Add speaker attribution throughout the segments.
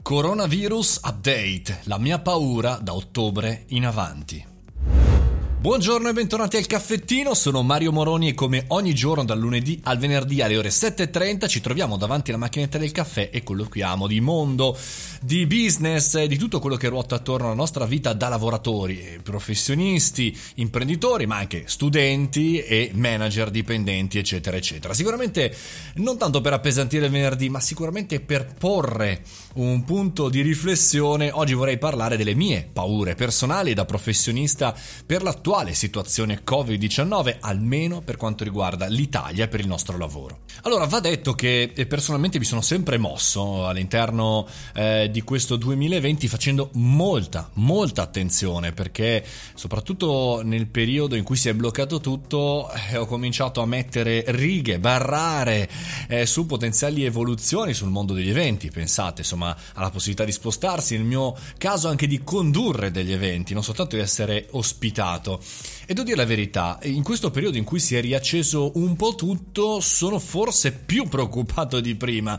Speaker 1: Coronavirus update, la mia paura da ottobre in avanti. Buongiorno e bentornati al caffettino, sono Mario Moroni e come ogni giorno dal lunedì al venerdì alle ore 7:30 ci troviamo davanti alla macchinetta del caffè e colloquiamo di mondo, di business, di tutto quello che ruota attorno alla nostra vita da lavoratori, professionisti, imprenditori, ma anche studenti e manager dipendenti, eccetera, eccetera. Sicuramente non tanto per appesantire il venerdì, ma sicuramente per porre un punto di riflessione. Oggi vorrei parlare delle mie paure personali da professionista per l'attuale situazione Covid-19, almeno per quanto riguarda l'Italia per il nostro lavoro. Allora, va detto che personalmente mi sono sempre mosso all'interno di questo 2020 facendo molta attenzione, perché soprattutto nel periodo in cui si è bloccato tutto ho cominciato a mettere righe, barrare su potenziali evoluzioni sul mondo degli eventi. Pensate insomma alla possibilità di spostarsi, nel mio caso anche di condurre degli eventi, non soltanto di essere ospitato. E devo dire la verità, in questo periodo in cui si è riacceso un po' tutto sono forse più preoccupato di prima,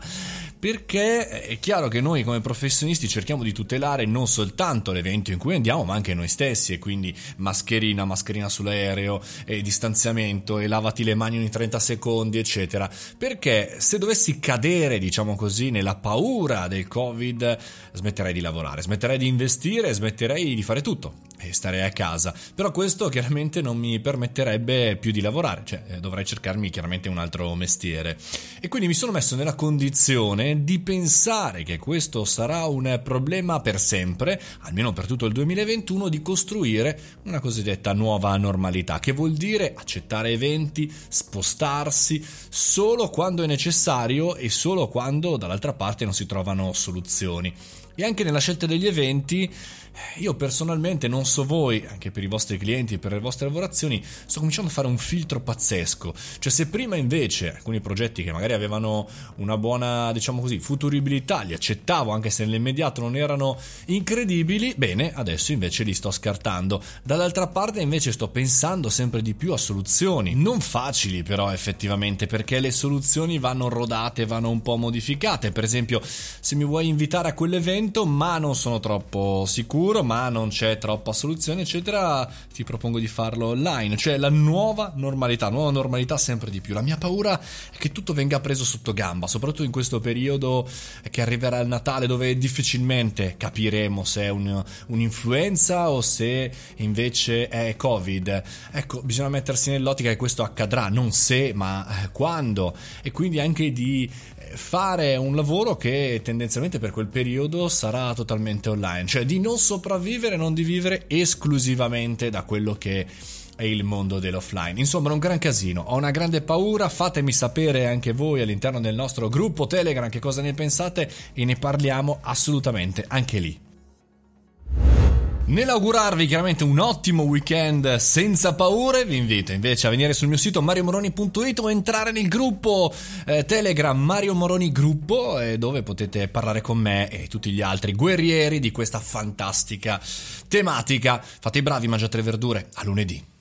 Speaker 1: perché è chiaro che noi come professionisti cerchiamo di tutelare non soltanto l'evento in cui andiamo, ma anche noi stessi, e quindi mascherina sull'aereo, e distanziamento, e lavati le mani ogni 30 secondi, eccetera. Perché se dovessi cadere, diciamo così, nella paura del Covid, smetterei di lavorare, smetterei di investire, smetterei di fare tutto e starei a casa. Però questo chiaramente non mi permetterebbe più di lavorare, cioè dovrei cercarmi chiaramente un altro mestiere. E quindi mi sono messo nella condizione di pensare che questo sarà un problema per sempre, almeno per tutto il 2021, di costruire una cosiddetta nuova normalità, che vuol dire accettare eventi, spostarsi solo quando è necessario e solo quando dall'altra parte non si trovano soluzioni. E anche nella scelta degli eventi, io personalmente, non so voi, anche per i vostri clienti e per le vostre lavorazioni, sto cominciando a fare un filtro pazzesco. Cioè, se prima invece alcuni progetti che magari avevano una buona, diciamo così, futuribilità li accettavo anche se nell'immediato non erano incredibili, bene, adesso invece li sto scartando. Dall'altra parte invece sto pensando sempre di più a soluzioni, non facili però effettivamente, perché le soluzioni vanno rodate, vanno un po' modificate. Per esempio, se mi vuoi invitare a quell'evento ma non sono troppo sicuro, ma non c'è troppa soluzione, eccetera, ti propongo di farlo online. Cioè la nuova normalità sempre di più. La mia paura è che tutto venga preso sotto gamba, soprattutto in questo periodo che arriverà il Natale, dove difficilmente capiremo se è un'influenza o se invece è Covid. Ecco, bisogna mettersi nell'ottica che questo accadrà, non se ma quando, e quindi anche di fare un lavoro che tendenzialmente per quel periodo sarà totalmente online, cioè di non sopravvivere, non di vivere esclusivamente da quello che è il mondo dell'offline. Insomma, un gran casino, ho una grande paura. Fatemi sapere anche voi all'interno del nostro gruppo Telegram che cosa ne pensate e ne parliamo assolutamente anche lì. Nell'augurarvi chiaramente un ottimo weekend senza paure, vi invito invece a venire sul mio sito mariomoroni.it o entrare nel gruppo Telegram Mario Moroni Gruppo, dove potete parlare con me e tutti gli altri guerrieri di questa fantastica tematica. Fate i bravi, mangiate le verdure, a lunedì.